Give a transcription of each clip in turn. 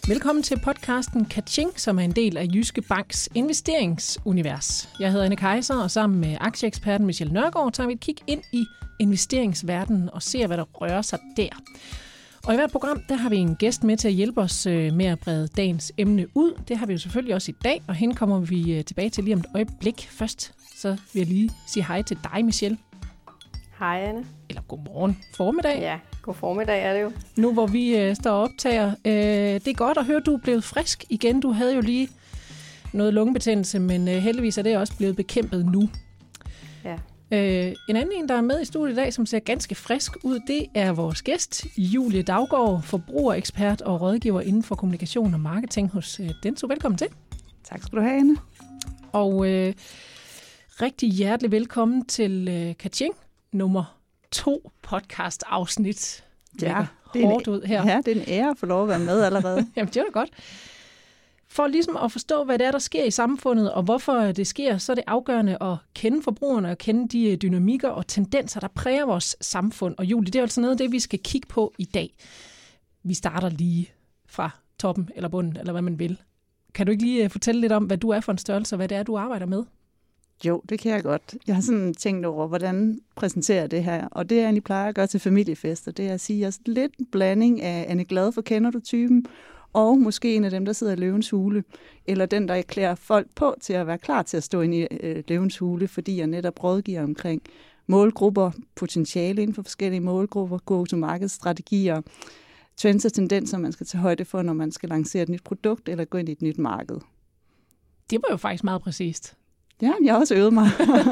Velkommen til podcasten Kaching, som er en del af Jyske Banks investeringsunivers. Jeg hedder Anne Kejser, og sammen med aktieeksperten Michelle Nørgaard tager vi et kig ind i investeringsverdenen og ser, hvad der rører sig der. Og i hvert program, der har vi en gæst med til at hjælpe os med at brede dagens emne ud. Det har vi jo selvfølgelig også i dag, og hende kommer vi tilbage til lige om et øjeblik. Først så vil jeg lige sige hej til dig, Michelle. Hej, Anne. Eller godmorgen formiddag. Ja, god formiddag er det jo. Nu hvor vi står og optager. Det er godt at høre, at du er blevet frisk igen. Du havde jo lige noget lungebetændelse, men heldigvis er det også blevet bekæmpet nu. Ja. En anden en, der er med i studiet i dag, som ser ganske frisk ud, det er vores gæst, Julie Daugaard, forbrugerekspert og rådgiver inden for kommunikation og marketing hos Denso. Velkommen til. Tak skal du have, Anne. Og rigtig hjertelig velkommen til Kaching nummer 2 podcast-afsnit. Ja, hårdt ud her. Ja, det er en ære at få lov at være med allerede. Jamen, det er da godt. For ligesom at forstå, hvad det er, der sker i samfundet, og hvorfor det sker, så er det afgørende at kende forbrugerne og kende de dynamikker og tendenser, der præger vores samfund. Og Julie, det er altså noget af det, vi skal kigge på i dag. Vi starter lige fra toppen eller bunden, eller hvad man vil. Kan du ikke lige fortælle lidt om, hvad du er for en størrelse, og hvad det er, du arbejder med? Jo, det kan jeg godt. Jeg har sådan tænkt over, hvordan præsenterer det her. Og det, jeg egentlig plejer at gøre til familiefester, det er at sige, at jeg er lidt en blanding af Anne Glad, for kender du typen, og måske en af dem, der sidder i Løvens Hule, eller den, der klæder folk på til at være klar til at stå inde i Løvens Hule, fordi jeg netop rådgiver omkring målgrupper, potentiale inden for forskellige målgrupper, go-to-market-strategier, trends og tendenser, man skal tage højde for, når man skal lancere et nyt produkt eller gå ind i et nyt marked. Det var jo faktisk meget præcist. Ja, jeg har også øvet mig.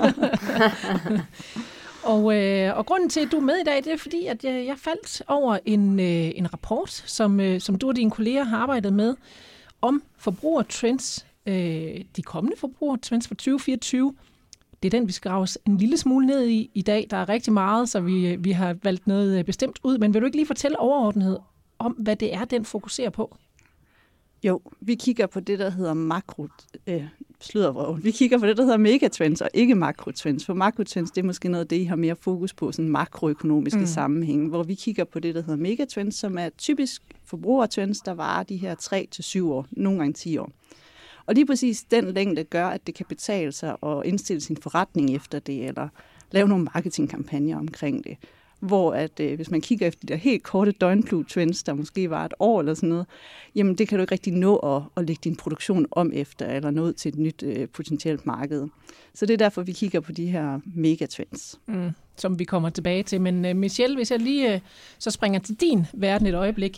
Og grunden til, at du er med i dag, det er fordi, at jeg faldt over en rapport, som du og dine kolleger har arbejdet med, om forbrugertrends, de kommende forbrugertrends for 2024. Det er den, vi skal grave os en lille smule ned i dag. Der er rigtig meget, så vi har valgt noget bestemt ud. Men vil du ikke lige fortælle overordnet om, hvad det er, den fokuserer på? Jo, vi kigger på det, der hedder Vi kigger på det, der hedder megatrends og ikke makrotrends. For makrotrends, det er måske noget af det, I har mere fokus på, sådan makroøkonomiske sammenhæng, hvor vi kigger på det, der hedder megatrends, som er typisk forbrugertrends, der varer de her 3-7 år, nogle gange 10 år. Og lige præcis den længde gør, at det kan betale sig at indstille sin forretning efter det, eller lave nogle marketingkampagner omkring det. Hvor at, hvis man kigger efter de der helt korte døgnflue-trends, der måske var et år eller sådan noget, jamen det kan du ikke rigtig nå at lægge din produktion om efter, eller nå ud til et nyt potentielt marked. Så det er derfor, vi kigger på de her megatrends. Som vi kommer tilbage til. Men Michelle, hvis jeg lige så springer til din verden et øjeblik,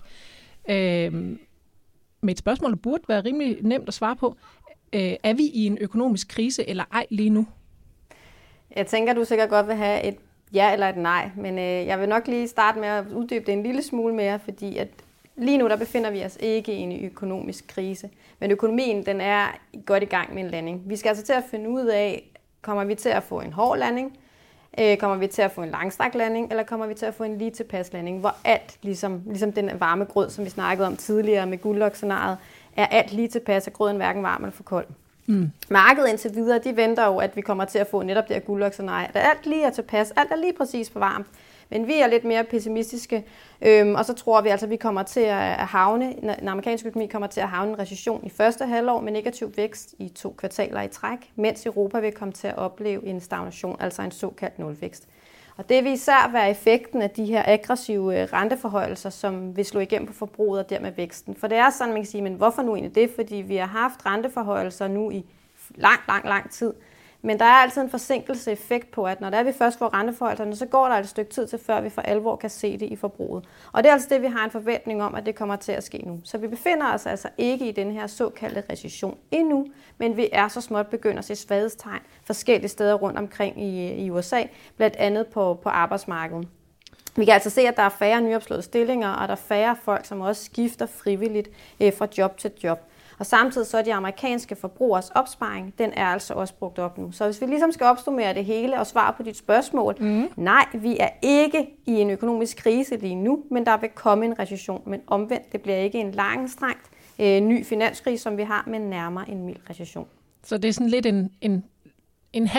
med et spørgsmål, der burde være rimelig nemt at svare på. Er vi i en økonomisk krise eller ej lige nu? Jeg tænker, du sikkert godt vil have et ja eller et nej, men jeg vil nok lige starte med at uddybe det en lille smule mere, fordi at lige nu der befinder vi os ikke i en økonomisk krise, men økonomien den er godt i gang med en landing. Vi skal altså til at finde ud af, kommer vi til at få en hård landing, kommer vi til at få en langstrakt landing, eller kommer vi til at få en lige tilpas landing, hvor alt, ligesom den varme grød, som vi snakkede om tidligere med Goldilocks-scenariet, er alt lige tilpas, at grøden hverken varm eller for kold. Markedet indtil videre, de venter jo, at vi kommer til at få netop det her Goldilocks-scenarie, at alt lige er tilpas, alt er lige præcis for varmt. Men vi er lidt mere pessimistiske, og så tror vi altså, at vi kommer til at havne, den amerikanske økonomi kommer til at havne en recession i første halvår med negativ vækst i 2 kvartaler i træk, mens Europa vil komme til at opleve en stagnation, altså en såkaldt nulvækst. Og det vil især være effekten af de her aggressive renteforhøjelser, som vil slå igennem på forbruget og dermed væksten. For det er sådan, man kan sige, men hvorfor nu egentlig det? Fordi vi har haft renteforhøjelser nu i lang tid. Men der er altid en forsinkelseseffekt på, at når vi først får renteforhøjelserne, så går der et stykke tid til, før vi for alvor kan se det i forbruget. Og det er altså det, vi har en forventning om, at det kommer til at ske nu. Så vi befinder os altså ikke i den her såkaldte recession endnu, men vi er så småt begyndt at se svaghedstegn forskellige steder rundt omkring i USA, blandt andet på arbejdsmarkedet. Vi kan altså se, at der er færre nyopslåede stillinger, og der er færre folk, som også skifter frivilligt fra job til job. Og samtidig så er de amerikanske forbrugers opsparing, den er altså også brugt op nu. Så hvis vi ligesom skal opsummere det hele og svare på dit spørgsmål, nej, vi er ikke i en økonomisk krise lige nu, men der vil komme en recession. Men omvendt, det bliver ikke en langstrakt ny finanskrise, som vi har, men nærmere en mild recession. Så det er sådan lidt en halv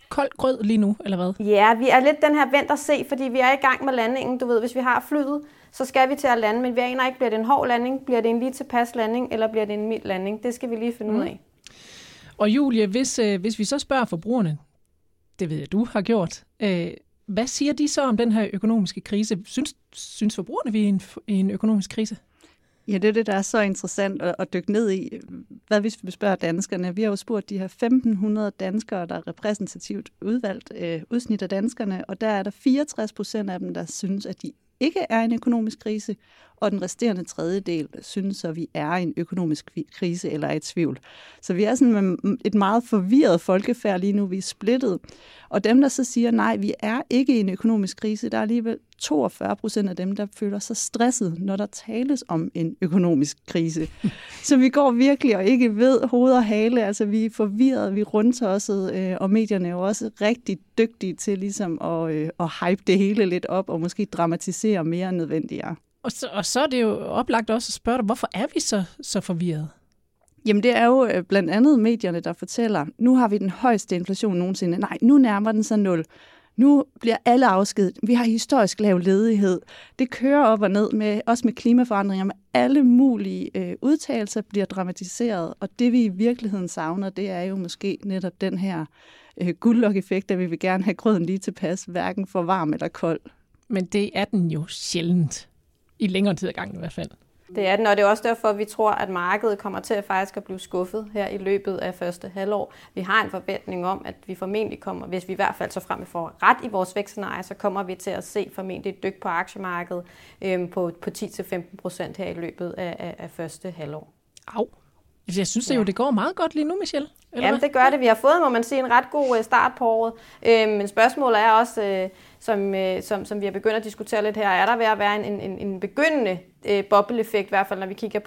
kold grød lige nu, eller hvad? Ja, vi er lidt den her vent og se, fordi vi er i gang med landingen. Du ved, hvis vi har flyet, så skal vi til at lande, men vi aner ikke, bliver det en hård landing, bliver det en lige tilpas landing, eller bliver det en mild landing? Det skal vi lige finde ud af. Og Julie, hvis vi så spørger forbrugerne, det ved jeg, du har gjort, hvad siger de så om den her økonomiske krise? Synes forbrugerne, vi er i en økonomisk krise? Ja, det er det, der er så interessant at dykke ned i. Hvad hvis vi spørger danskerne? Vi har jo spurgt de her 1.500 danskere, der er repræsentativt udvalgt udsnit af danskerne, og der er der 64% af dem, der synes, at de ikke er i en økonomisk krise, og den resterende tredjedel synes, at vi er i en økonomisk krise eller er i tvivl. Så vi er sådan et meget forvirret folkefærd lige nu, vi er splittet. Og dem, der så siger, nej, vi er ikke i en økonomisk krise, der er alligevel 42% af dem, der føler sig stresset, når der tales om en økonomisk krise. Så vi går virkelig og ikke ved hoved og hale, altså vi er forvirret, vi er rundtosset, og medierne er jo også rigtig dygtige til ligesom at hype det hele lidt op, og måske dramatisere mere end nødvendigt. Og så er det jo oplagt også at spørge dig, hvorfor er vi så forvirret? Jamen det er jo blandt andet medierne, der fortæller, nu har vi den højeste inflation nogensinde. Nej, nu nærmer den sig 0. Nu bliver alle afskediget. Vi har historisk lav ledighed. Det kører op og ned, også med klimaforandringer, med alle mulige udtalelser bliver dramatiseret. Og det vi i virkeligheden savner, det er jo måske netop den her guldlok-effekt, at vi vil gerne have grøden lige tilpas, hverken for varm eller kold. Men det er den jo sjældent. I længere tid ad gangen i hvert fald. Det er den, og det er også derfor, at vi tror, at markedet kommer til at faktisk at blive skuffet her i løbet af første halvår. Vi har en forventning om, at vi formentlig kommer, hvis vi i hvert fald så frem får ret i vores vækstscenarie, så kommer vi til at se formentlig et dyk på aktiemarkedet på 10-15% her i løbet af første halvår. Au. Jeg synes jo, det går meget godt lige nu, Michelle. Jamen, det gør det. Vi har fået, må man sige, en ret god start på året. Men spørgsmålet er også, som vi har begyndt at diskutere lidt her, er der ved at være en begyndende bobleeffekt, i hvert fald når vi kigger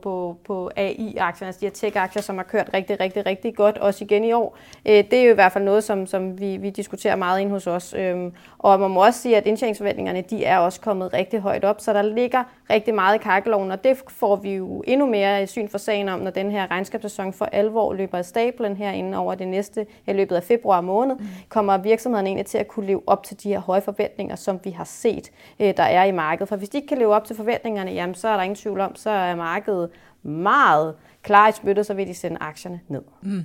på AI-aktierne, altså de her tech-aktier, som har kørt rigtig godt, også igen i år. Det er jo i hvert fald noget, som vi diskuterer meget ind hos os. Og man må også sige, at indtjeningsforventningerne, de er også kommet rigtig højt op, så der ligger rigtig meget i kakkelovnen, og det får vi jo endnu mere syn for sagen om, når den her regnskabssæson for alvor løber af stablen herinde over det næste, i løbet af februar måned, kommer virksomheden egentlig til at kunne leve op til de her høje forventninger, som vi har set, der er i markedet. For hvis de ikke kan leve op til forventningerne, jamen, så er der ingen tvivl om, så er markedet meget klar i spyttet, så vil de sende aktierne ned.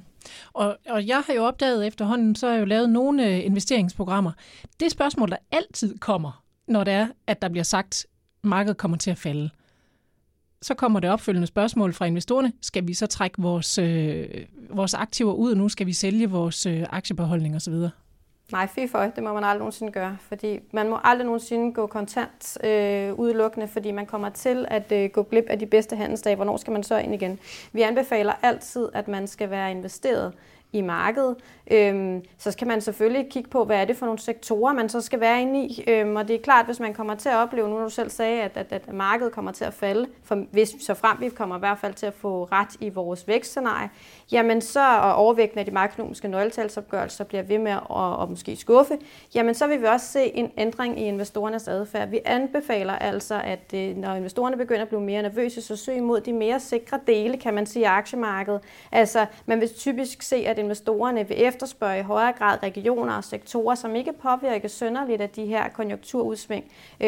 Og jeg har jo opdaget efterhånden, så har jeg jo lavet nogle investeringsprogrammer. Det spørgsmål, der altid kommer, når det er, at der bliver sagt, at markedet kommer til at falde. Så kommer det opfølgende spørgsmål fra investorerne. Skal vi så trække vores aktiver ud nu? Skal vi sælge vores aktiebeholdning osv.? Nej, fy for, det må man aldrig nogensinde gøre, fordi man må aldrig nogensinde gå kontant udelukkende, fordi man kommer til at gå glip af de bedste handelsdage. Hvornår skal man så ind igen? Vi anbefaler altid, at man skal være investeret i markedet. Så skal man selvfølgelig kigge på, hvad er det for nogle sektorer, man så skal være inde i. Og det er klart, hvis man kommer til at opleve, nu når du selv sagde, at markedet kommer til at falde, for hvis så frem vi kommer i hvert fald til at få ret i vores vækstscenarie, jamen så overvægten af de makroøkonomiske nøgletalsopgørelser bliver ved med at måske skuffe, jamen så vil vi også se en ændring i investorernes adfærd. Vi anbefaler altså, at når investorerne begynder at blive mere nervøse, så søg imod de mere sikre dele, kan man sige, af aktiemarkedet. Altså, man vil typisk se, at investorerne vil efterspørge i højere grad regioner og sektorer, som ikke påvirkes synderligt af de her konjunkturudsving.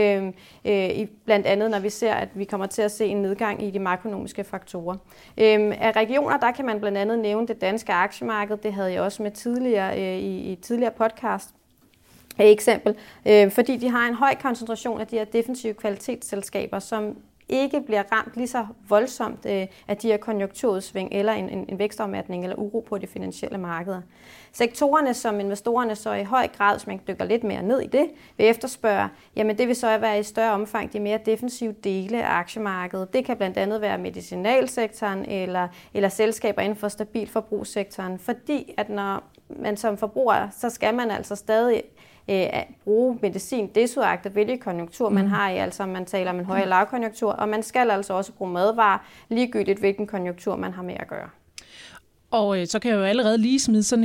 Blandt andet, når vi ser, at vi kommer til at se en nedgang i de makroøkonomiske faktorer. Af regioner, der kan man blandt andet nævne det danske aktiemarked. Det havde jeg også med tidligere i et tidligere podcast. Eksempel, fordi de har en høj koncentration af de her defensive kvalitetsselskaber, som ikke bliver ramt lige så voldsomt af de her konjunkturudsving eller en vækstafmatning eller uro på de finansielle markeder. Sektorerne, som investorerne så i høj grad, hvis man dykker lidt mere ned i det, vil efterspørge, jamen det vil så være i større omfang de mere defensive dele af aktiemarkedet. Det kan blandt andet være medicinalsektoren eller selskaber inden for stabil forbrugssektoren, fordi at når man som forbruger, så skal man altså stadig bruge medicin desuagtet, hvilken konjunktur man har i, altså man taler om en høj- og lavkonjunktur, og man skal altså også bruge madvarer, ligegyldigt hvilken konjunktur man har med at gøre. Og så kan jeg jo allerede lige smide sådan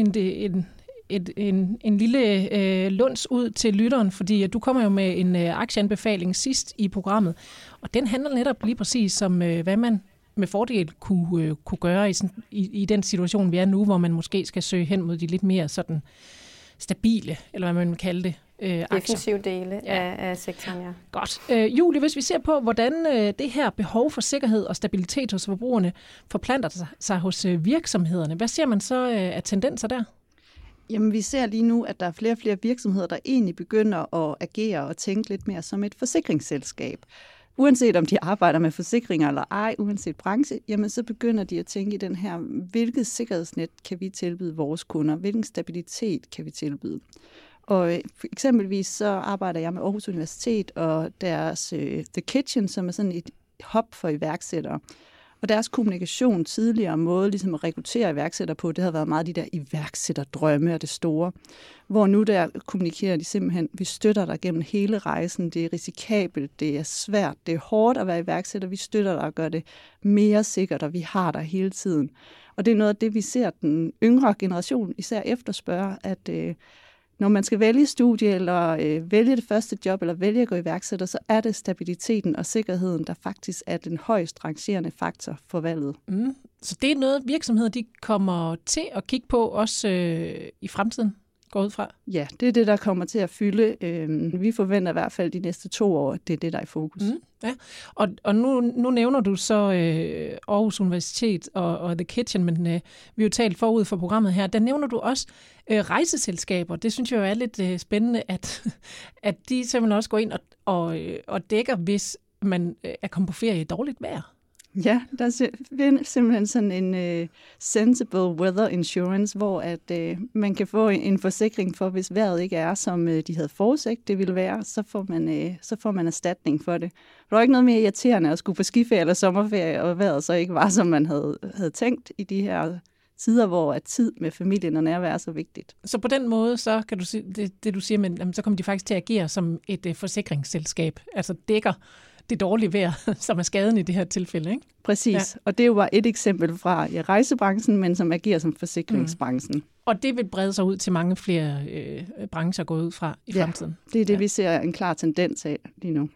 en lille luns ud til lytteren, fordi du kommer jo med en aktieanbefaling sidst i programmet, og den handler netop lige præcis om, hvad man med fordel kunne gøre i den situation, vi er nu, hvor man måske skal søge hen mod de lidt mere sådan stabile, eller hvad man vil kalde det, aktier. Defensive dele af sektoren, ja. Godt. Julie, hvis vi ser på, hvordan det her behov for sikkerhed og stabilitet hos forbrugerne forplanter sig hos virksomhederne, hvad ser man så af tendenser der? Jamen, vi ser lige nu, at der er flere og flere virksomheder, der egentlig begynder at agere og tænke lidt mere som et forsikringsselskab. Uanset om de arbejder med forsikringer eller ej, uanset branche, jamen så begynder de at tænke i den her, hvilket sikkerhedsnet kan vi tilbyde vores kunder? Hvilken stabilitet kan vi tilbyde? Og eksempelvis så arbejder jeg med Aarhus Universitet og deres The Kitchen, som er sådan et hub for iværksættere. Og deres kommunikation tidligere måde ligesom at rekruttere iværksættere på, det havde været meget de der iværksætterdrømme og det store. Hvor nu der kommunikerer de simpelthen, vi støtter dig gennem hele rejsen, det er risikabelt, det er svært, det er hårdt at være iværksætter, vi støtter dig og gør det mere sikkert, og vi har dig hele tiden. Og det er noget af det, vi ser den yngre generation især efterspørge, at når man skal vælge studie, eller vælge det første job, eller vælge at gå iværksætter, så er det stabiliteten og sikkerheden, der faktisk er den højst rangerende faktor for valget. Så det er noget, virksomheder de kommer til at kigge på også i fremtiden, går ud fra? Ja, det er det, der kommer til at fylde. Vi forventer i hvert fald de næste 2 år, det er det, der er i fokus. Ja. Og nu nævner du så Aarhus Universitet og The Kitchen, men vi har jo talt forud for programmet her. Der nævner du også rejseselskaber. Det synes jeg jo er lidt spændende, at de simpelthen også går ind og dækker, hvis man er kommet på ferie i dårligt vejr. Ja, der er simpelthen sådan en sensible weather insurance, hvor at man kan få en forsikring for, hvis vejret ikke er, som de havde forudsigt, det ville være, så får man erstatning for det. Der var ikke noget mere irriterende at skulle på skiferie eller sommerferie, og vejret så ikke var, som man havde tænkt i de her tider, hvor at tid med familien og nærvær er så vigtigt. Så på den måde, så kan du sige, det du siger, men så kommer de faktisk til at agere som et forsikringsselskab, altså dækker det dårlige vejr, som er skaden i det her tilfælde, ikke? Præcis, ja. Og det er jo bare et eksempel fra rejsebranchen, men som agerer som forsikringsbranchen. Og det vil brede sig ud til mange flere brancher gå ud fra i fremtiden. Det er det, vi ser en klar tendens af lige nu.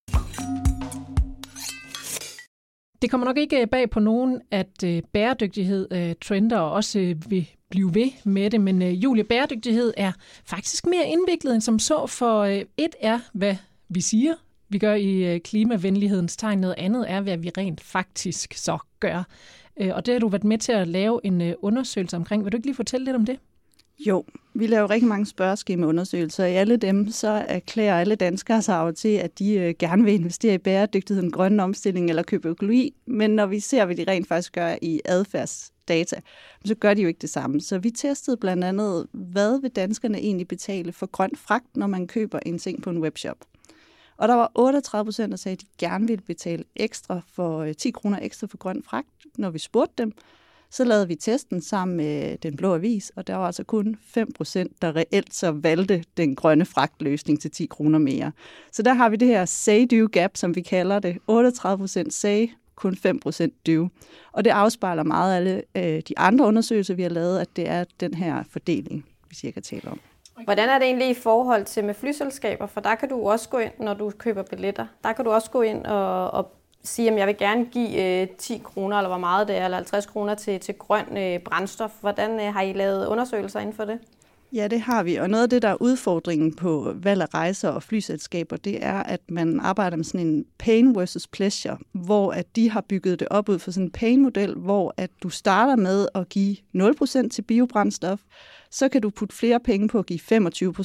Det kommer nok ikke bag på nogen, at bæredygtighed trender og også vil blive ved med det, men Julie, bæredygtighed er faktisk mere indviklet end som så, for et er, hvad vi siger, vi gør i klimavenlighedens tegn. Noget andet er, hvad vi rent faktisk så gør. Og det har du været med til at lave en undersøgelse omkring. Vil du ikke lige fortælle lidt om det? Jo, vi laver rigtig mange spørgeskemaundersøgelser. I alle dem så erklærer alle danskere sig til, at de gerne vil investere i bæredygtighed, en grøn omstilling eller købe økologi. Men når vi ser, hvad de rent faktisk gør i adfærdsdata, så gør de jo ikke det samme. Så vi testede blandt andet, hvad vil danskerne egentlig betale for grøn fragt, når man køber en ting på en webshop. Og der var 38%, der sagde, at de gerne ville betale ekstra for 10 kroner ekstra for grøn fragt, når vi spurgte dem. Så lavede vi testen sammen med Den Blå Avis, og der var altså kun 5%, der reelt så valgte den grønne fragtløsning til 10 kroner mere. Så der har vi det her say-do gap, som vi kalder det. 38% say, kun 5% do. Og det afspejler meget alle de andre undersøgelser, vi har lavet, at det er den her fordeling, vi cirka taler om. Hvordan er det egentlig i forhold til med flyselskaber? For der kan du også gå ind, når du køber billetter. Der kan du også gå ind og sige, at jeg vil gerne give 10 kroner, eller hvor meget det er, eller 50 kroner til grøn brændstof. Hvordan har I lavet undersøgelser inden for det? Ja, det har vi. Og noget af det, der er udfordringen på valg af rejser og flyselskaber, det er, at man arbejder med sådan en pain versus pleasure, hvor at de har bygget det op ud for sådan en pain-model, hvor at du starter med at give 0% til biobrændstof, så kan du putte flere penge på at give 25%, 50%, 75%,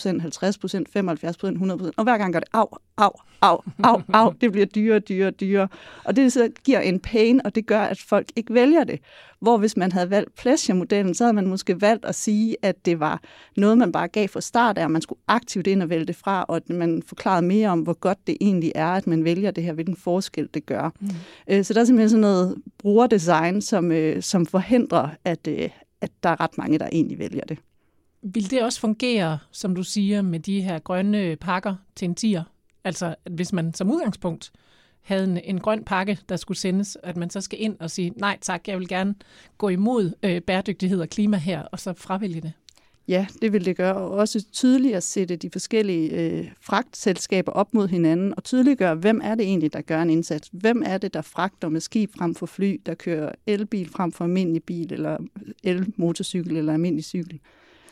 100%, og hver gang gør det au, det bliver dyrere. Og det så giver en pain, og det gør, at folk ikke vælger det. Hvor hvis man havde valgt pleasure-modellen, så havde man måske valgt at sige, at det var noget, man bare gav fra start af, og man skulle aktivt ind og vælge det fra, og at man forklarede mere om, hvor godt det egentlig er, at man vælger det her, hvilken forskel det gør. Så der er simpelthen sådan noget brugerdesign, som forhindrer, at der er ret mange, der egentlig vælger det. Vil det også fungere, som du siger, med de her grønne pakker til en 10'er? Altså, hvis man som udgangspunkt havde en grøn pakke, der skulle sendes, at man så skal ind og sige, nej tak, jeg vil gerne gå imod bæredygtighed og klima her, og så fravælge det? Ja, det vil det gøre, og også tydeligt at sætte de forskellige fragtselskaber op mod hinanden, og tydeliggøre, hvem er det egentlig, der gør en indsats? Hvem er det, der fragter med skib frem for fly, der kører elbil frem for almindelig bil, eller elmotorcykel eller almindelig cykel?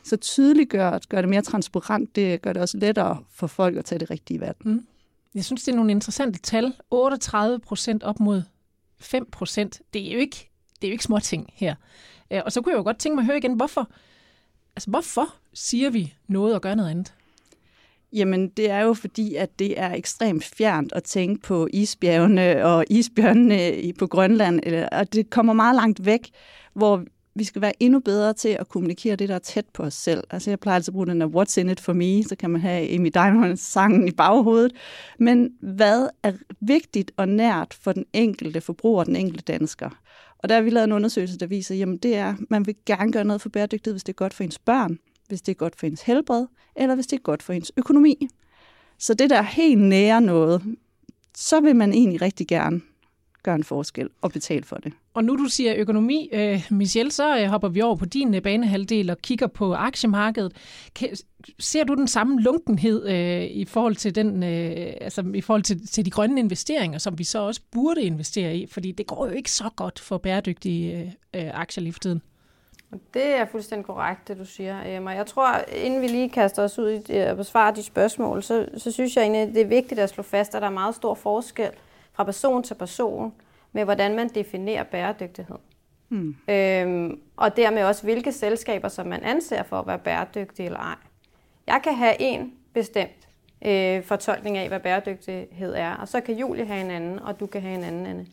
Så tydeliggør, gør det mere transparent, det gør det også lettere for folk at tage det rigtige valg. Jeg synes, det er nogle interessante tal. 38% op mod 5%. Det er jo ikke småting her. Og så kunne jeg jo godt tænke mig at høre igen, hvorfor siger vi noget og gør noget andet? Jamen, det er jo fordi, at det er ekstremt fjernt at tænke på isbjergene og isbjørnene på Grønland, og det kommer meget langt væk, hvor vi skal være endnu bedre til at kommunikere det, der er tæt på os selv. Altså, jeg plejer altid at bruge den der What's in it for me, så kan man have Amy Diamonds sangen i baghovedet. Men hvad er vigtigt og nært for den enkelte forbruger, den enkelte dansker? Og der har vi lavet en undersøgelse, der viser, jamen det er, man vil gerne gøre noget for bæredygtighed, hvis det er godt for ens børn, hvis det er godt for ens helbred, eller hvis det er godt for ens økonomi. Så det der helt nære noget, så vil man egentlig rigtig gerne gøre en forskel og betale for det. Og nu du siger økonomi, Michelle, så hopper vi over på din banehalvdel og kigger på aktiemarkedet. Ser du den samme lunkenhed i forhold til i forhold til de grønne investeringer, som vi så også burde investere i? Fordi det går jo ikke så godt for bæredygtige aktier lige for tiden. Det er fuldstændig korrekt, det du siger. Og jeg tror, inden vi lige kaster os ud i at besvare de spørgsmål, så synes jeg egentlig, det er vigtigt at slå fast, at der er meget stor forskel fra person til person med, hvordan man definerer bæredygtighed. Og dermed også, hvilke selskaber, som man anser for at være bæredygtige eller ej. Jeg kan have en bestemt fortolkning af, hvad bæredygtighed er, og så kan Julie have en anden, og du kan have en anden.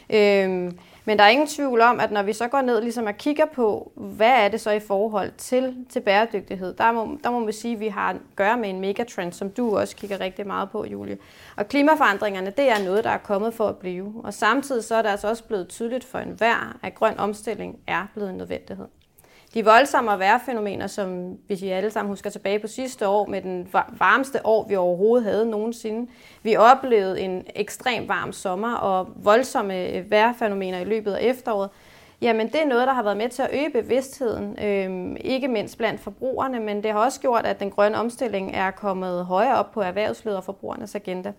Men der er ingen tvivl om, at når vi så går ned ligesom og kigger på, hvad er det så i forhold til bæredygtighed, der må vi sige, at vi har at gøre med en megatrend, som du også kigger rigtig meget på, Julie. Og klimaforandringerne, det er noget, der er kommet for at blive. Og samtidig så er det altså også blevet tydeligt for enhver, at grøn omstilling er blevet en nødvendighed. De voldsomme vejrfænomener, som hvis I alle sammen husker tilbage på sidste år, med den varmeste år, vi overhovedet havde nogensinde. Vi oplevede en ekstrem varm sommer og voldsomme vejrfænomener i løbet af efteråret. Jamen det er noget, der har været med til at øge bevidstheden, ikke mindst blandt forbrugerne, men det har også gjort, at den grønne omstilling er kommet højere op på erhvervslivet og forbrugernes agenda.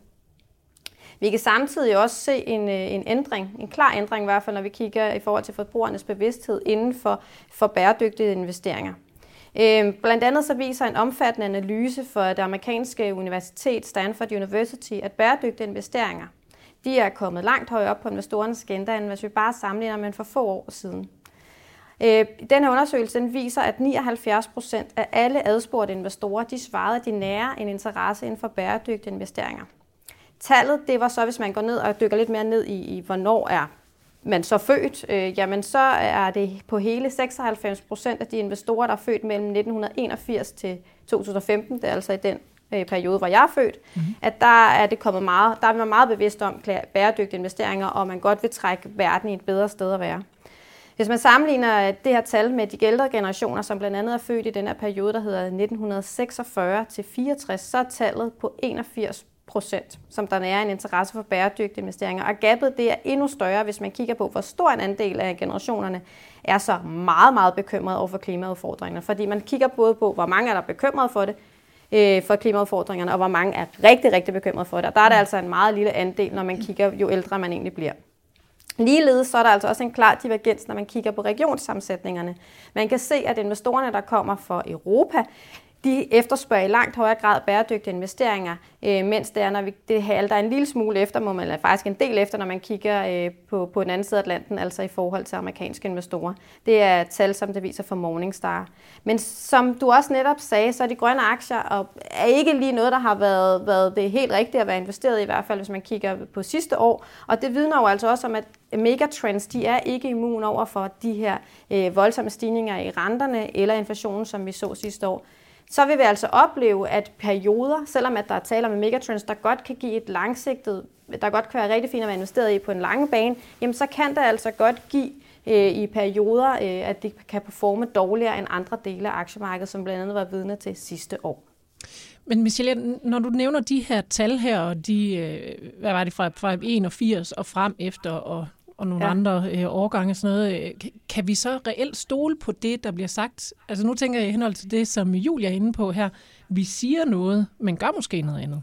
Vi kan samtidig også se en ændring, en klar ændring i hvert fald, når vi kigger i forhold til forbrugernes bevidsthed inden for bæredygtige investeringer. Blandt andet så viser en omfattende analyse for det amerikanske universitet Stanford University, at bæredygtige investeringer de er kommet langt højere op på investorernes agenda, end hvis vi bare sammenligner med for få år siden. Den her undersøgelse den viser, at 79% af alle adspurgte investorer de svarede, at de nærer en interesse inden for bæredygtige investeringer. Tallet, det var så, hvis man går ned og dykker lidt mere ned i hvornår er man så født, jamen så er det på hele 96% af de investorer, der er født mellem 1981 til 2015, det er altså i den periode, hvor jeg er født, at der er det kommet meget, der er man meget bevidst om bæredygtige investeringer, og man godt vil trække verden i et bedre sted at være. Hvis man sammenligner det her tal med de ældre generationer, som blandt andet er født i den her periode, der hedder 1946 til 64, så er tallet på 81%, som der er en interesse for bæredygtige investeringer. Og gabet det er endnu større, hvis man kigger på, hvor stor en andel af generationerne er så meget, meget bekymret over for klimaudfordringerne. Fordi man kigger både på, hvor mange er der bekymret for det, for klimaudfordringerne, og hvor mange er rigtig, rigtig bekymret for det. Og der er det altså en meget lille andel, når man kigger, jo ældre man egentlig bliver. Ligeledes så er der altså også en klar divergens, når man kigger på regionssammensætningerne. Man kan se, at investorerne, der kommer fra Europa, de efterspørger i langt højere grad bæredygtige investeringer, mens det er, når det halter en lille smule efter, eller faktisk en del efter, når man kigger på den anden side af Atlanten, altså i forhold til amerikanske investorer. Det er et tal, som det viser for Morningstar. Men som du også netop sagde, så er de grønne aktier er ikke lige noget, der har været det helt rigtige at være investeret i hvert fald, hvis man kigger på sidste år. Og det vidner jo altså også om, at megatrends, de er ikke immun over for de her voldsomme stigninger i renterne eller inflationen, som vi så sidste år. Så vil vi altså opleve, at perioder, selvom at der er tale om megatrends, der godt kan give et langsigtet, der godt kan være rigtig fint at være investeret i på en lang bane, jamen så kan det altså godt give i perioder, at det kan performe dårligere end andre dele af aktiemarkedet, som blandt andet var vidne til sidste år. Men Michelle, når du nævner de her tal her, og de, hvad var det fra 81 og frem efter, og nogle andre årgange sådan noget. Kan vi så reelt stole på det, der bliver sagt? Altså nu tænker jeg i henhold til det, som Julia er inde på her. Vi siger noget, men gør måske noget andet.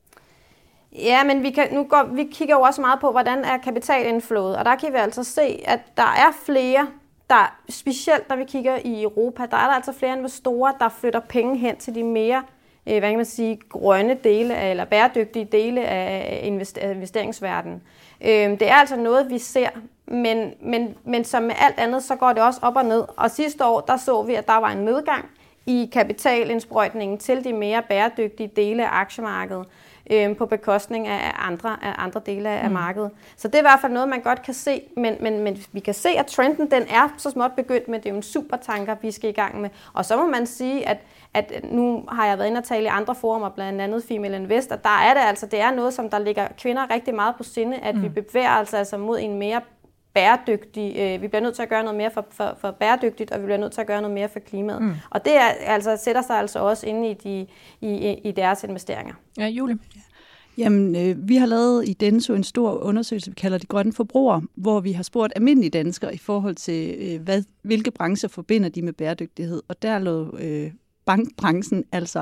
Ja, men vi kigger jo også meget på, hvordan er kapitalindflowet. Og der kan vi altså se, at der er flere der specielt når vi kigger i Europa, der er der altså flere investorer, der flytter penge hen til de mere hvad kan man sige, grønne dele eller bæredygtige dele af investeringsverdenen. Det er altså noget, vi ser, men som med alt andet, så går det også op og ned. Og sidste år, der så vi, at der var en nedgang i kapitalindsprøjtningen til de mere bæredygtige dele af aktiemarkedet på bekostning af andre dele af markedet. Så det er i hvert fald noget, man godt kan se, men vi kan se, at trenden den er så småt begyndt, men det er jo en supertanker, vi skal i gang med. Og så må man sige, at nu har jeg været inde og tale i andre forumer, blandt andet Female Invest, og der er det altså, det er noget, som der ligger kvinder rigtig meget på sinde, at vi bevæger altså mod en mere bæredygtig. Vi bliver nødt til at gøre noget mere for bæredygtigt, og vi bliver nødt til at gøre noget mere for klimaet. Og det er, altså, sætter sig altså også inde i deres investeringer. Ja, Julie? Jamen, vi har lavet i Denso en stor undersøgelse, vi kalder de grønne forbrugere, hvor vi har spurgt almindelige danskere i forhold til, hvilke brancher forbinder de med bæredygtighed. Og der lå bankbranchen altså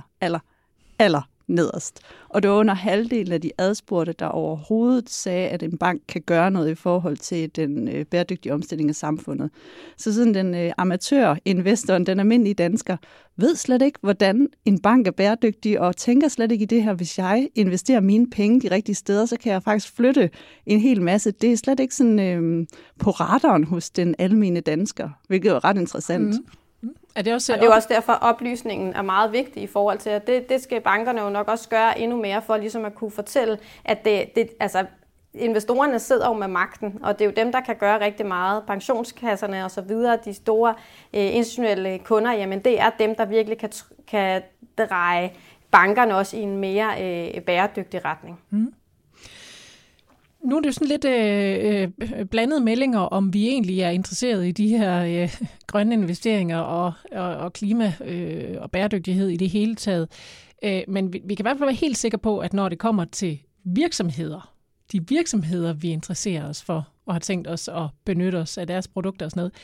aller nederst. Og det var under halvdelen af de adspurgte, der overhovedet sagde, at en bank kan gøre noget i forhold til den bæredygtige omstilling af samfundet. Så sådan den amatør-investoren, den almindelige dansker, ved slet ikke, hvordan en bank er bæredygtig, og tænker slet ikke i det her, hvis jeg investerer mine penge de rigtige steder, så kan jeg faktisk flytte en hel masse. Det er slet ikke sådan på radaren hos den almene dansker, hvilket er ret interessant. Og det er jo også derfor, at oplysningen er meget vigtig i forhold til, at det skal bankerne jo nok også gøre endnu mere for ligesom at kunne fortælle, at altså, investorerne sidder jo med magten, og det er jo dem, der kan gøre rigtig meget. Pensionskasserne og så videre, de store institutionelle kunder, jamen det er dem, der virkelig kan dreje bankerne også i en mere bæredygtig retning. Nu er det jo sådan lidt blandede meldinger, om vi egentlig er interesseret i de her grønne investeringer og klima og bæredygtighed i det hele taget. Men vi kan i hvert fald være helt sikre på, at når det kommer til virksomheder, de virksomheder, vi interesserer os for og har tænkt os at benytte os af deres produkter og sådan noget,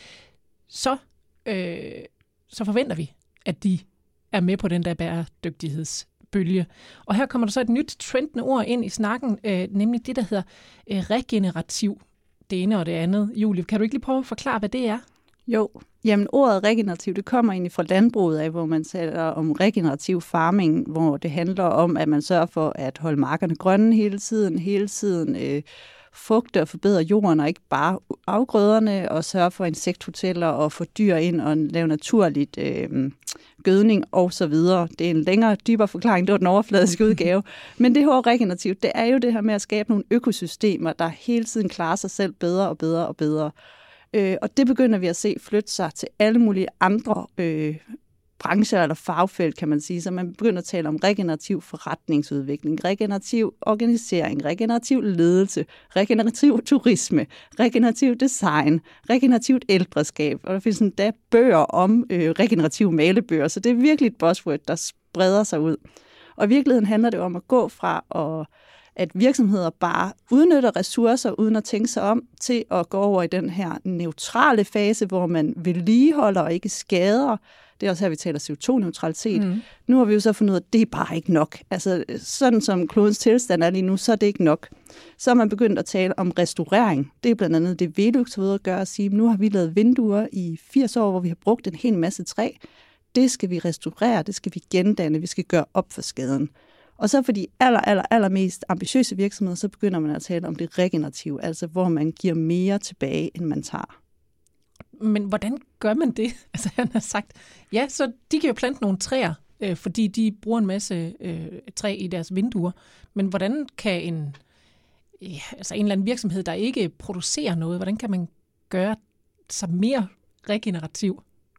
så forventer vi, at de er med på den der bæredygtighedsbølge. Og her kommer der så et nyt trendende ord ind i snakken, nemlig det, der hedder regenerativ. Det ene og det andet. Julie, kan du ikke lige prøve at forklare, hvad det er? Jo, jamen ordet regenerativ, det kommer egentlig fra landbruget af, hvor man taler om regenerativ farming, hvor det handler om, at man sørger for at holde markerne grønne hele tiden fugte og forbedre jorden, og ikke bare afgrøderne, og sørge for insekthoteller og få dyr ind og lave naturligt gødning og så videre. Det er en længere, dybere forklaring, det var den overfladiske udgave. Men det her regenerativt, det er jo det her med at skabe nogle økosystemer, der hele tiden klarer sig selv bedre og bedre og bedre. Og det begynder vi at se flytte sig til alle mulige andre brancher eller fagfelt, kan man sige. Så man begynder at tale om regenerativ forretningsudvikling, regenerativ organisering, regenerativ ledelse, regenerativ turisme, regenerativ design, regenerativt ældreskab. Og der findes endda bøger om regenerative malebøger, så det er virkelig et buzzword, der spreder sig ud. Og i virkeligheden handler det om at gå fra at virksomheder bare udnytter ressourcer uden at tænke sig om, til at gå over i den her neutrale fase, hvor man vedligeholder og ikke skader. Det er også her, vi taler CO2-neutralitet. Nu har vi jo så fundet ud af, at det er bare ikke nok. Altså sådan som klodens tilstand er lige nu, så er det ikke nok. Så har man begyndt at tale om restaurering. Det er blandt andet det, Velux har ved at gøre at sige, nu har vi lavet vinduer i 80 år, hvor vi har brugt en hel masse træ. Det skal vi restaurere, det skal vi gendanne, vi skal gøre op for skaden. Og så for de allermest ambitiøse virksomheder, så begynder man at tale om det regenerative, altså hvor man giver mere tilbage, end man tager. Men hvordan gør man det? Altså han har sagt, ja, så de kan jo plante nogle træer, fordi de bruger en masse træ i deres vinduer. Men hvordan kan en eller anden virksomhed, der ikke producerer noget, hvordan kan man gøre sig mere regenerativ?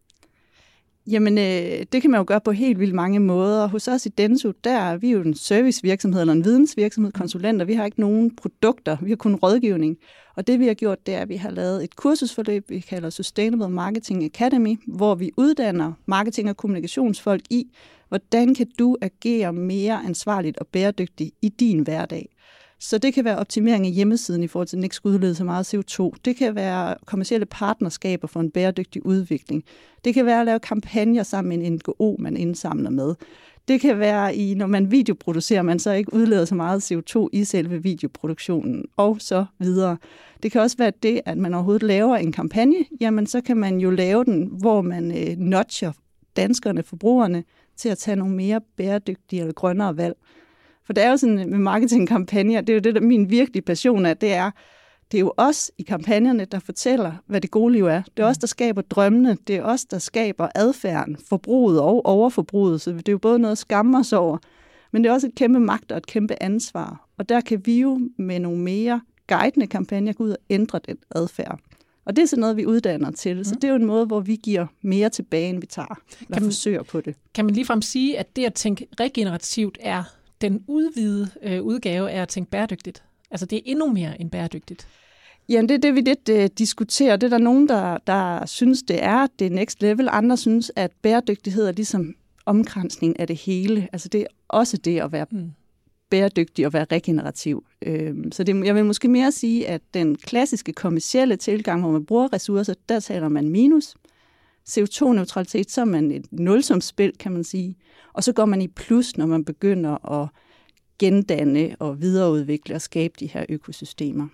Jamen, det kan man jo gøre på helt vildt mange måder. Hos os i Denso, der er vi jo en servicevirksomhed eller en vidensvirksomhed, konsulenter. Vi har ikke nogen produkter, vi har kun rådgivning. Og det vi har gjort, det er, at vi har lavet et kursusforløb, vi kalder Sustainable Marketing Academy, hvor vi uddanner marketing- og kommunikationsfolk i, hvordan kan du agere mere ansvarligt og bæredygtigt i din hverdag. Så det kan være optimering af hjemmesiden i forhold til, at den ikke skal udlede så meget CO2. Det kan være kommercielle partnerskaber for en bæredygtig udvikling. Det kan være at lave kampagner sammen med en NGO, man indsamler med. Det kan være, når man videoproducerer, man så ikke udleder så meget CO2 i selve videoproduktionen, og så videre. Det kan også være det, at man overhovedet laver en kampagne, jamen så kan man jo lave den, hvor man nudger danskerne, forbrugerne, til at tage nogle mere bæredygtige eller grønnere valg. For det er jo sådan med marketingkampagner, det er jo det, der min virkelige passion er, det er jo os i kampagnerne, der fortæller, hvad det gode liv er. Det er os, der skaber drømmene, det er os, der skaber adfærden, forbruget og overforbruget, så det er jo både noget at skamme os over, men det er også et kæmpe magt og et kæmpe ansvar. Og der kan vi jo med nogle mere guidende kampagner gå ud og ændre den adfærd. Og det er sådan noget, vi uddanner til. Så det er jo en måde, hvor vi giver mere tilbage, end vi tager, eller forsøger på det. Kan man ligefrem sige, at det at tænke regenerativt er den udvidede udgave af at tænke bæredygtigt? Altså det er endnu mere end bæredygtigt? Jamen det er det, vi lidt diskuterer. Det er der nogen, der synes, det er next level. Andre synes, at bæredygtighed er ligesom omkransning af det hele. Altså det er også det at være bæredygtig og være regenerativ. Så jeg vil måske mere sige, at den klassiske kommercielle tilgang, hvor man bruger ressourcer, der taler man minus. CO2-neutralitet, så er man et nulsumsspil, kan man sige. Og så går man i plus, når man begynder at gendanne og videreudvikle og skabe de her økosystemer.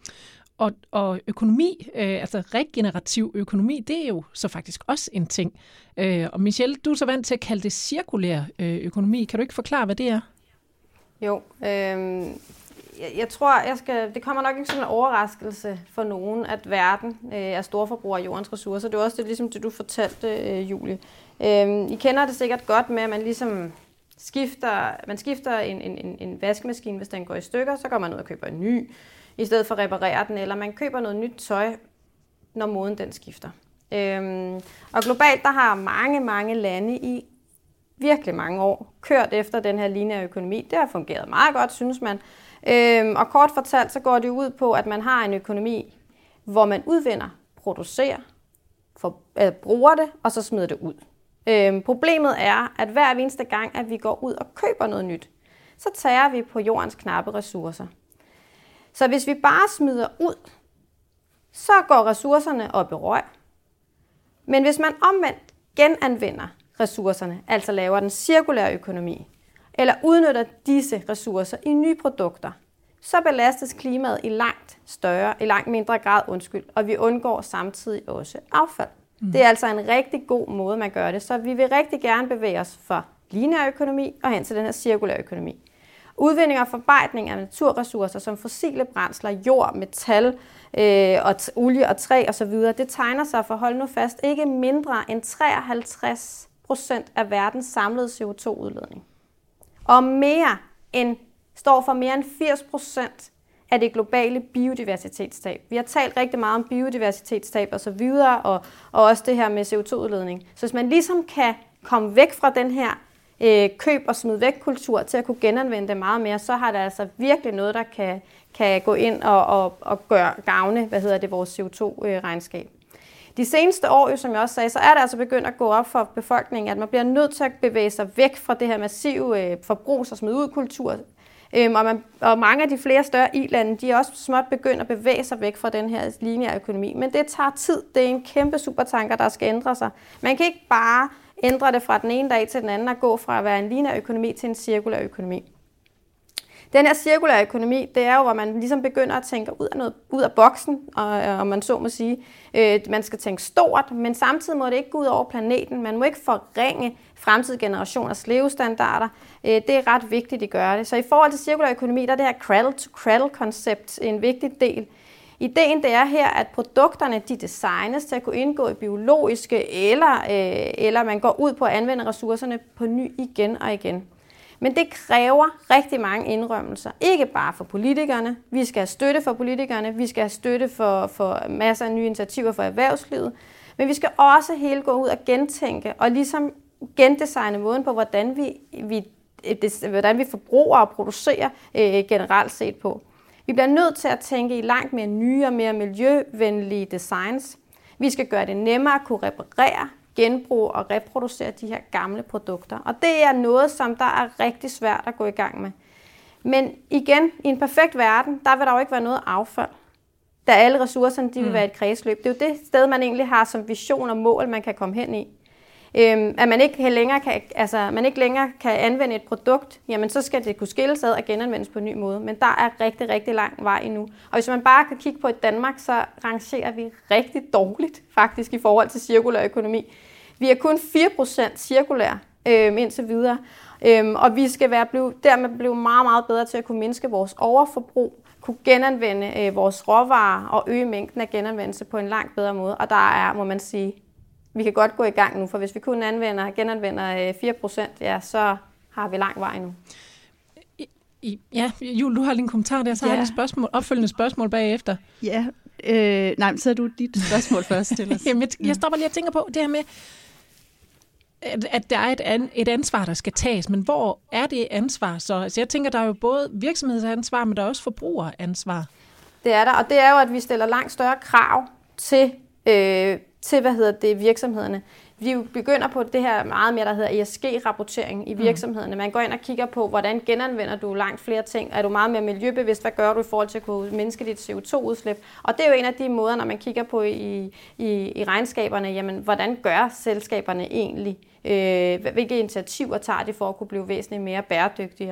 Og økonomi, altså regenerativ økonomi, det er jo så faktisk også en ting. Og Michelle, du er så vant til at kalde det cirkulær økonomi. Kan du ikke forklare, hvad det er? Jo, jeg tror, det kommer nok ikke som en overraskelse for nogen, at verden er storforbruger af jordens ressourcer. Det er også det, ligesom det, du fortalte, Julie. I kender det sikkert godt med, at man ligesom skifter en vaskemaskine, hvis den går i stykker, så går man ud og køber en ny, i stedet for at reparere den, eller man køber noget nyt tøj, når moden den skifter. Og globalt, der har mange lande i virkelig mange år kørt efter den her lineære økonomi. Det har fungeret meget godt, synes man. Og kort fortalt, så går det ud på, at man har en økonomi, hvor man udvinder, producerer, bruger det, og så smider det ud. Problemet er, at hver eneste gang, at vi går ud og køber noget nyt, så tager vi på jordens knappe ressourcer. Så hvis vi bare smider ud, så går ressourcerne op i røg. Men hvis man omvendt genanvender ressourcerne, altså laver den cirkulære økonomi, eller udnytter disse ressourcer i nye produkter, så belastes klimaet i langt mindre grad, og vi undgår samtidig også affald. Det er altså en rigtig god måde, man gør det, så vi vil rigtig gerne bevæge os fra lineær økonomi og hen til den her cirkulære økonomi. Udvinding og forarbejdning af naturressourcer som fossile brændsler, jord, metal, og olie og træ osv., det tegner sig for, hold nu fast, ikke mindre end 53% af verdens samlede CO2-udledning. Og står for mere end 80% af det globale biodiversitetstab. Vi har talt rigtig meget om biodiversitetstab og så videre, og også det her med CO2-udledning. Så hvis man ligesom kan komme væk fra den her køb og smid væk kultur til at kunne genanvende det meget mere, så har det altså virkelig noget, der kan gå ind og gavne vores CO2-regnskab. De seneste år, som jeg også sagde, så er det altså begyndt at gå op for befolkningen, at man bliver nødt til at bevæge sig væk fra det her massive forbrugs- og smid ud kultur. Og mange af de flere større i-lande, de er også småt begyndt at bevæge sig væk fra den her lineære økonomi. Men det tager tid. Det er en kæmpe supertanker, der skal ændre sig. Man kan ikke bare ændre det fra den ene dag til den anden og gå fra at være en lineær økonomi til en cirkulær økonomi. Den her cirkulære økonomi, det er jo, hvor man ligesom begynder at tænke ud af boksen, og man så må sige. Man skal tænke stort, men samtidig må det ikke gå ud over planeten. Man må ikke forringe fremtidige generationers levestandarder. Det er ret vigtigt, at gøre det. Så i forhold til cirkulær økonomi, der er det her cradle-to-cradle-koncept en vigtig del. Ideen det er her, at produkterne de designes til at kunne indgå i biologiske, eller man går ud på at anvende ressourcerne på ny igen og igen. Men det kræver rigtig mange indrømmelser. Ikke bare for politikerne. Vi skal have støtte for politikerne. Vi skal have støtte for masser af nye initiativer for erhvervslivet. Men vi skal også hele gå ud og gentænke og ligesom gendesigne måden på, hvordan vi forbruger og producerer generelt set på. Vi bliver nødt til at tænke i langt mere nye og mere miljøvenlige designs. Vi skal gøre det nemmere at kunne reparere, genbruge og reproducere de her gamle produkter. Og det er noget, som der er rigtig svært at gå i gang med. Men igen, i en perfekt verden, der vil der jo ikke være noget affald. Da alle ressourcerne de vil være et kredsløb. Det er jo det sted, man egentlig har som vision og mål, man kan komme hen i. at man ikke længere kan anvende et produkt, jamen så skal det kunne skilles ad og genanvendes på en ny måde. Men der er rigtig, rigtig lang vej endnu. Og hvis man bare kan kigge på Danmark, så rangerer vi rigtig dårligt faktisk i forhold til cirkulær økonomi. Vi er kun 4% cirkulær indtil videre, og vi skal dermed blive meget, meget bedre til at kunne mindske vores overforbrug, kunne genanvende vores råvarer og øge mængden af genanvendelse på en langt bedre måde. Og der er, må man sige, vi kan godt gå i gang nu, for hvis vi kun genanvender 4%, ja, så har vi lang vej nu. Ja, Jul, du har lige en kommentar der, så har jeg et opfølgende spørgsmål bagefter. Ja, nej, så er du dit spørgsmål først til os. Jamen, jeg stopper lige og tænker på det her med, at der er et ansvar, der skal tages, men hvor er det ansvar så? Altså jeg tænker, der er jo både virksomhedsansvar, men der er også forbrugeransvar. Det er der, og det er jo, at vi stiller langt større krav til virksomhederne. Vi begynder på det her meget mere, der hedder ESG-rapportering i virksomhederne. Man går ind og kigger på, hvordan genanvender du langt flere ting. Er du meget mere miljøbevidst? Hvad gør du i forhold til at kunne mindske dit CO2-udslip? Og det er jo en af de måder, når man kigger på i regnskaberne, jamen, hvordan gør selskaberne egentlig? Hvilke initiativer tager de for at kunne blive væsentligt mere bæredygtige?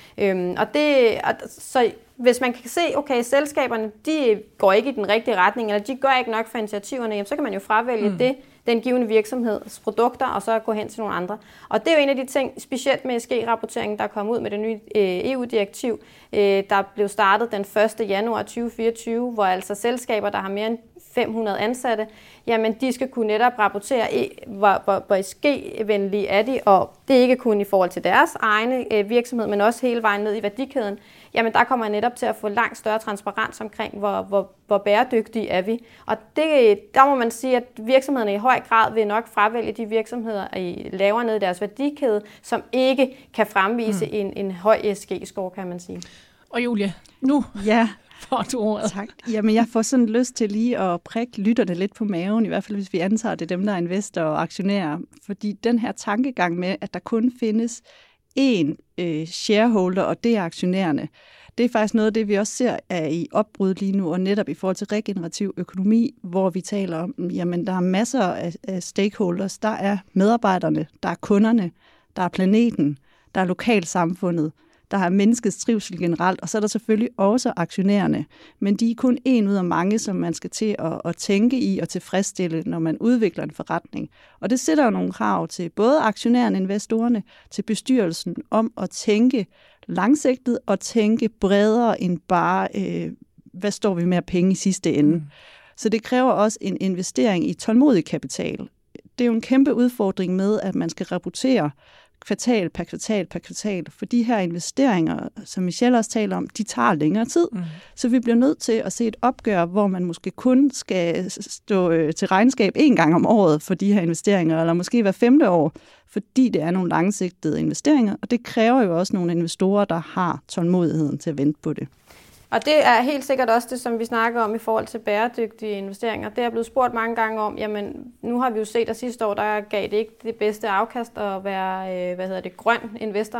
Så hvis man kan se, okay, selskaberne de går ikke i den rigtige retning, eller de gør ikke nok for initiativerne, jamen, så kan man jo fravælge den givende virksomheds produkter, og så gå hen til nogle andre. Og det er jo en af de ting, specielt med ESG-rapporteringen, der er kommet ud med det nye EU-direktiv, der blev startet den 1. januar 2024, hvor altså selskaber, der har mere end 500 ansatte, jamen de skal kunne netop rapportere, hvor ESG-venlige er de, og det er ikke kun i forhold til deres egne virksomhed, men også hele vejen ned i værdikæden. Jamen der kommer netop til at få langt større transparens omkring, hvor bæredygtige er vi. Og der må man sige, at virksomhederne i høj grad vil nok fravælge de virksomheder lavere ned i deres værdikæde, som ikke kan fremvise en høj ESG-score, kan man sige. Og Julia, nu får du ordet. Tak. Jamen jeg får sådan lyst til lige at prikke lytterne lidt på maven, i hvert fald hvis vi antager det dem, der er investorer og aktionærer. Fordi den her tankegang med, at der kun findes én shareholder, og det er aktionærerne. Det er faktisk noget af det, vi også ser er i opbrud lige nu, og netop i forhold til regenerativ økonomi, hvor vi taler om, jamen der er masser af stakeholders. Der er medarbejderne, der er kunderne, der er planeten, der er lokalsamfundet, der er menneskets trivsel generelt, og så er der selvfølgelig også aktionærerne. Men de er kun en ud af mange, som man skal til at tænke i og tilfredsstille, når man udvikler en forretning. Og det sætter jo nogle krav til både aktionærerne, investorerne, til bestyrelsen om at tænke langsigtet og tænke bredere end bare, hvad står vi med af penge i sidste ende. Så det kræver også en investering i tålmodig kapital. Det er jo en kæmpe udfordring med, at man skal rapportere kvartal per kvartal, for de her investeringer, som Michelle også taler om, de tager længere tid. Så vi bliver nødt til at se et opgør, hvor man måske kun skal stå til regnskab 1 gang om året for de her investeringer, eller måske hver 5. år, fordi det er nogle langsigtede investeringer, og det kræver jo også nogle investorer, der har tålmodigheden til at vente på det. Og det er helt sikkert også det, som vi snakker om i forhold til bæredygtige investeringer. Det er blevet spurgt mange gange om, jamen nu har vi jo set, at sidste år, der gav det ikke det bedste afkast at være, grøn investor.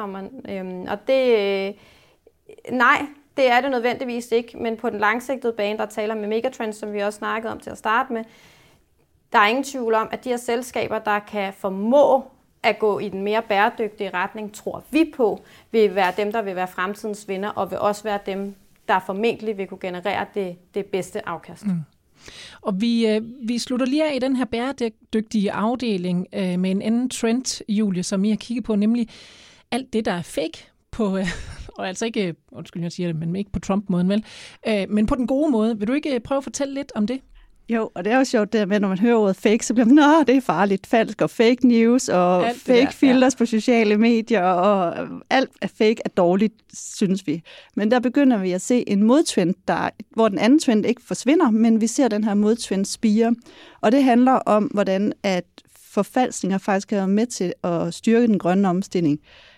Og nej, det er det nødvendigvis ikke, men på den langsigtede bane, der taler med megatrends, som vi også snakkede om til at starte med, der er ingen tvivl om, at de her selskaber, der kan formå at gå i den mere bæredygtige retning, tror vi på, vil være dem, der vil være fremtidens vinder, og vil også være dem, der formentlig vil kunne generere det bedste afkast. Og vi slutter lige af i den her bæredygtige afdeling med en anden trend, Julie, som I har kigget på, nemlig alt det, der er fake på, og altså ikke, undskyld, jeg siger det, men ikke på Trump-måden, vel, men på den gode måde. Vil du ikke prøve at fortælle lidt om det? Jo, og det er jo sjovt der med, når man hører ordet fake, så bliver man, det er farligt, falsk og fake news og alt fake filters på sociale medier, og alt er fake er dårligt, synes vi. Men der begynder vi at se en modtrend, hvor den anden trend ikke forsvinder, men vi ser den her modtrend spire. Og det handler om, hvordan at forfalskninger faktisk er med til at styrke den grønne omstilling.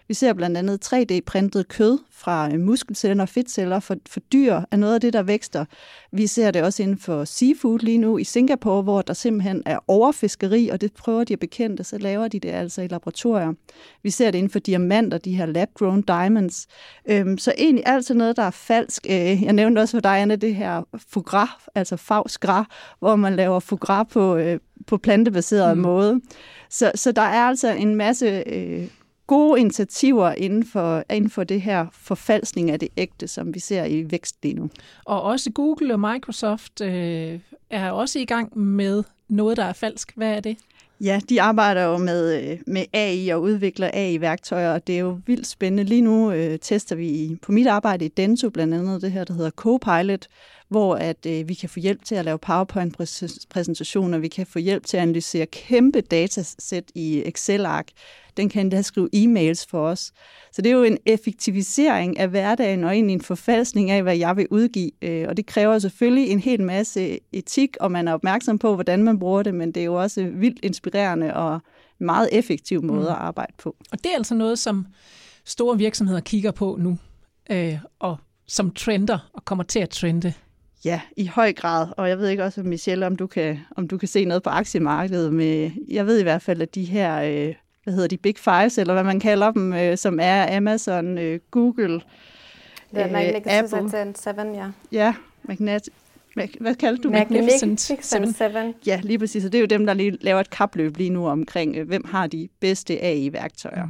Vi ser blandt andet 3D-printet kød fra muskelceller og fedtceller for dyr er noget af det, der vækster. Vi ser det også inden for seafood lige nu i Singapore, hvor der simpelthen er overfiskeri, og det prøver de at bekæmpe, så laver de det altså i laboratorier. Vi ser det inden for diamanter, de her lab-grown diamonds. Så egentlig altid noget, der er falsk. Jeg nævnte også for dig, Anne, det her foie gras, altså foie gras, hvor man laver foie gras på plantebaseret måde. Så der er altså en masse gode initiativer inden for det her forfalskning af det ægte, som vi ser i vækst lige nu. Og også Google og Microsoft er også i gang med noget, der er falsk. Hvad er det? Ja, de arbejder jo med AI og udvikler AI-værktøjer, og det er jo vildt spændende. Lige nu tester vi på mit arbejde i Dentsu blandt andet det her, der hedder Copilot, hvor at vi kan få hjælp til at lave PowerPoint-præsentationer, vi kan få hjælp til at analysere kæmpe datasæt i Excel-ark. Den kan endda skrive e-mails for os. Så det er jo en effektivisering af hverdagen og egentlig en forfalskning af, hvad jeg vil udgive. Og det kræver selvfølgelig en hel masse etik, og man er opmærksom på, hvordan man bruger det, men det er jo også vildt inspirerende og en meget effektiv måde at arbejde på. Og det er altså noget, som store virksomheder kigger på nu, og som trender og kommer til at trende. Ja, i høj grad. Og jeg ved ikke også, Michelle, om du kan se noget på aktiemarkedet. Jeg ved i hvert fald, at de her Big Fives, eller hvad man kalder dem, som er Amazon, Google, Magnificent Seven, ja. Ja, hvad kalder du? Magnificent Seven. Ja, lige præcis. Og det er jo dem, der lige laver et kapløb lige nu omkring, hvem har de bedste AI-værktøjer.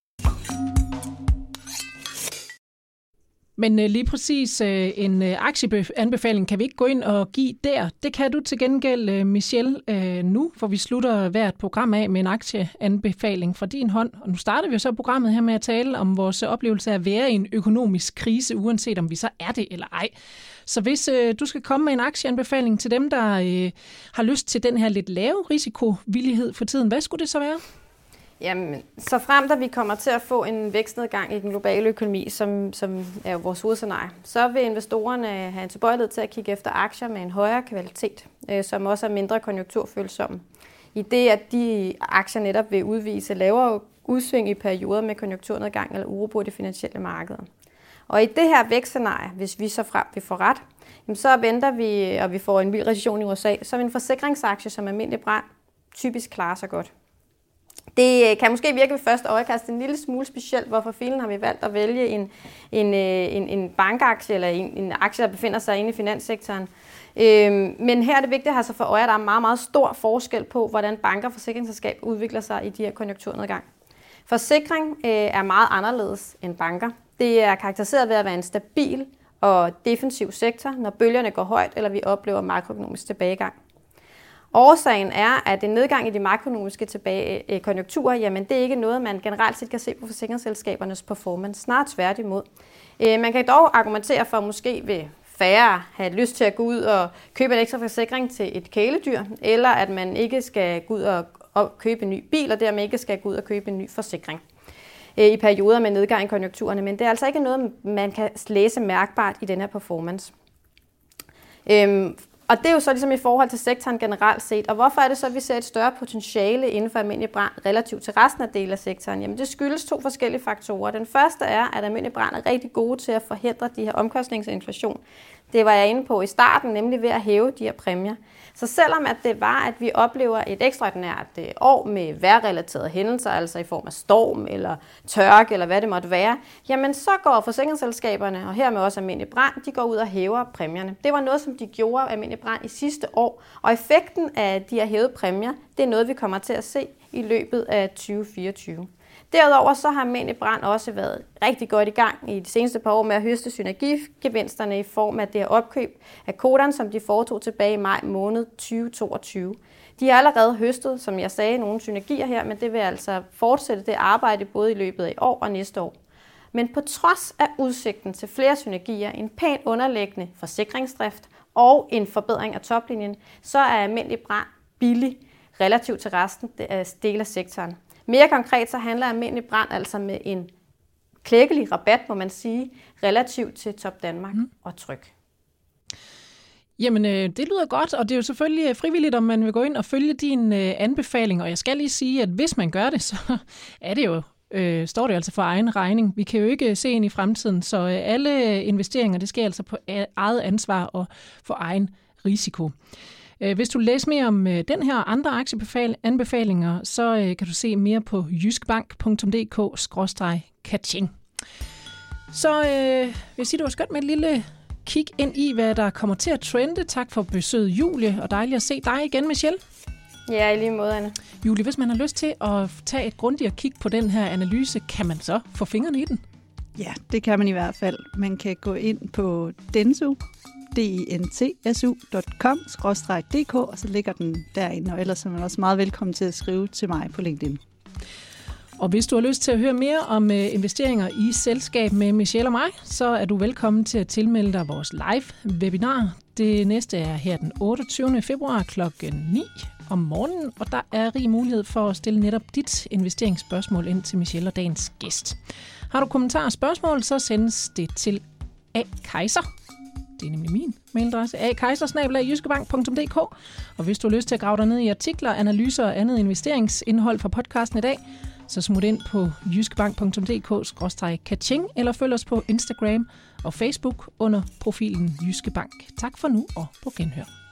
Men lige præcis en aktieanbefaling kan vi ikke gå ind og give der. Det kan du til gengæld, Michelle, nu, for vi slutter hvert program af med en aktieanbefaling fra din hånd. Og nu starter vi jo så programmet her med at tale om vores oplevelse af at være i en økonomisk krise, uanset om vi så er det eller ej. Så hvis du skal komme med en aktieanbefaling til dem, der har lyst til den her lidt lave risikovillighed for tiden, hvad skulle det så være? Jamen, så frem da vi kommer til at få en vækstnedgang i den globale økonomi, som er jo vores hovedscenarie, så vil investorerne have en tilbøjelighed til at kigge efter aktier med en højere kvalitet, som også er mindre konjunkturfølsomme. I det, at de aktier netop vil udvise lavere udsving i perioder med konjunkturnedgang eller uro på det finansielle marked. Og i det her vækstscenarie, hvis vi så frem vi får ret, så venter vi, og vi får en vild recession i USA, så vil en forsikringsaktie som almindelig brand typisk klarer sig godt. Det kan måske virke ved første øjekast en lille smule specielt, hvorfor filen har vi valgt at vælge en bankaktie eller en aktie, der befinder sig inde i finanssektoren. Men her er det vigtigt at have sig for øje, at der er meget, meget stor forskel på, hvordan banker og forsikringsselskab udvikler sig i de her konjunkturnedgang. Forsikring er meget anderledes end banker. Det er karakteriseret ved at være en stabil og defensiv sektor, når bølgerne går højt, eller vi oplever makroøkonomisk tilbagegang. Årsagen er, at en nedgang i de makroøkonomiske konjunkturer, jamen det er ikke noget, man generelt set kan se på forsikringsselskabernes performance, snart tværtimod. Man kan dog argumentere for, at måske vil færre have lyst til at gå ud og købe en ekstra forsikring til et kæledyr, eller at man ikke skal gå ud og købe en ny bil, og dermed ikke skal gå ud og købe en ny forsikring i perioder med nedgang i konjunkturerne. Men det er altså ikke noget, man kan læse mærkbart i den her performance. Og det er jo så ligesom i forhold til sektoren generelt set. Og hvorfor er det så, at vi ser et større potentiale inden for almindelig brand relativt til resten af delen af sektoren? Jamen det skyldes 2 forskellige faktorer. Den første er, at almindelig brand er rigtig gode til at forhindre de her omkostningsinflation. Det var jeg inde på i starten, nemlig ved at hæve de her præmier. Så selvom at det var, at vi oplever et ekstraordinært år med vejrrelaterede hændelser, altså i form af storm eller tørke eller hvad det måtte være, jamen så går forsikringsselskaberne, og hermed også almindelig brand, de går ud og hæver præmierne. Det var noget, som de gjorde af almindelig brand i sidste år, og effekten af de her hævede præmier, det er noget, vi kommer til at se i løbet af 2024. Derudover så har almindelig brand også været rigtig godt i gang i de seneste par år med at høste synergigevinsterne i form af det her opkøb af Codan, som de foretog tilbage i maj måned 2022. De har allerede høstet, som jeg sagde, nogle synergier her, men det vil altså fortsætte det arbejde både i løbet af i år og næste år. Men på trods af udsigten til flere synergier, en pæn underliggende forsikringsdrift og en forbedring af toplinjen, så er almindelig brand billig relativt til resten af del af sektoren. Mere konkret så handler almindelig brand altså med en klækkelig rabat, må man sige, relativt til Top Danmark og Tryg. Jamen, det lyder godt, og det er jo selvfølgelig frivilligt, om man vil gå ind og følge din anbefaling. Og jeg skal lige sige, at hvis man gør det, så er det jo står det altså for egen regning. Vi kan jo ikke se ind i fremtiden, så alle investeringer, det sker altså på eget ansvar og for egen risiko. Hvis du læser mere om den her og andre aktieanbefalinger, så kan du se mere på jyskbank.dk/catching. Så vil jeg sige, det var skønt med et lille kig ind i, hvad der kommer til at trende. Tak for besøget, Julie, og dejligt at se dig igen, Michelle. Ja, i lige måde, Anne. Julie, hvis man har lyst til at tage et grundigere kig på den her analyse, kan man så få fingrene i den? Ja, det kan man i hvert fald. Man kan gå ind på Dentsu, dentsu.com/dk, og så ligger den derinde, og ellers er man også meget velkommen til at skrive til mig på LinkedIn. Og hvis du har lyst til at høre mere om investeringer i selskab med Michelle og mig, så er du velkommen til at tilmelde dig vores live webinar. Det næste er her den 28. februar kl. 9 om morgenen, og der er rig mulighed for at stille netop dit investeringsspørgsmål ind til Michelle og dagens gæst. Har du kommentarer og spørgsmål, så sendes det til A. Kaiser. Det er nemlig min mailadresse, akaiser@jyskebank.dk. Og hvis du har lyst til at grave dig ned i artikler, analyser og andet investeringsindhold fra podcasten i dag, så smut ind på jyskebank.dk/catching eller følg os på Instagram og Facebook under profilen Jyske Bank. Tak for nu og på genhør.